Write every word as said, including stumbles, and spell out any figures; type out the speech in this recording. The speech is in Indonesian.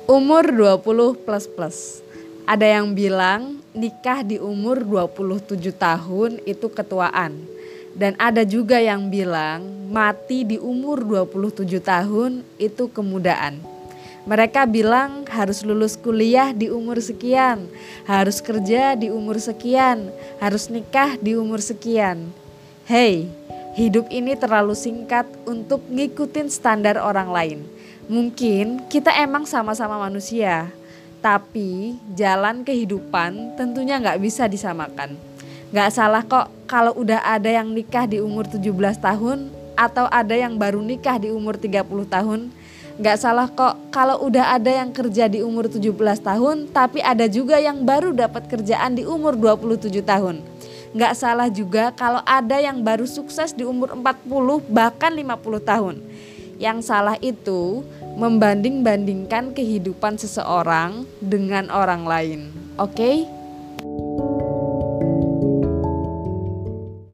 Umur dua puluh plus plus. Ada yang bilang nikah di umur dua puluh tujuh tahun itu ketuaan. Dan ada juga yang bilang mati di umur dua puluh tujuh tahun itu kemudaan. Mereka bilang harus lulus kuliah di umur sekian, harus kerja di umur sekian, harus nikah di umur sekian. Hey, hidup ini terlalu singkat untuk ngikutin standar orang lain. Mungkin kita emang sama-sama manusia, tapi jalan kehidupan tentunya gak bisa disamakan. Gak salah kok kalau udah ada yang nikah di umur tujuh belas tahun atau ada yang baru nikah di umur tiga puluh tahun. Gak salah kok kalau udah ada yang kerja di umur tujuh belas tahun tapi ada juga yang baru dapat kerjaan di umur dua puluh tujuh tahun. Gak salah juga kalau ada yang baru sukses di umur empat puluh bahkan lima puluh tahun. Yang salah itu membanding-bandingkan kehidupan seseorang dengan orang lain. Oke?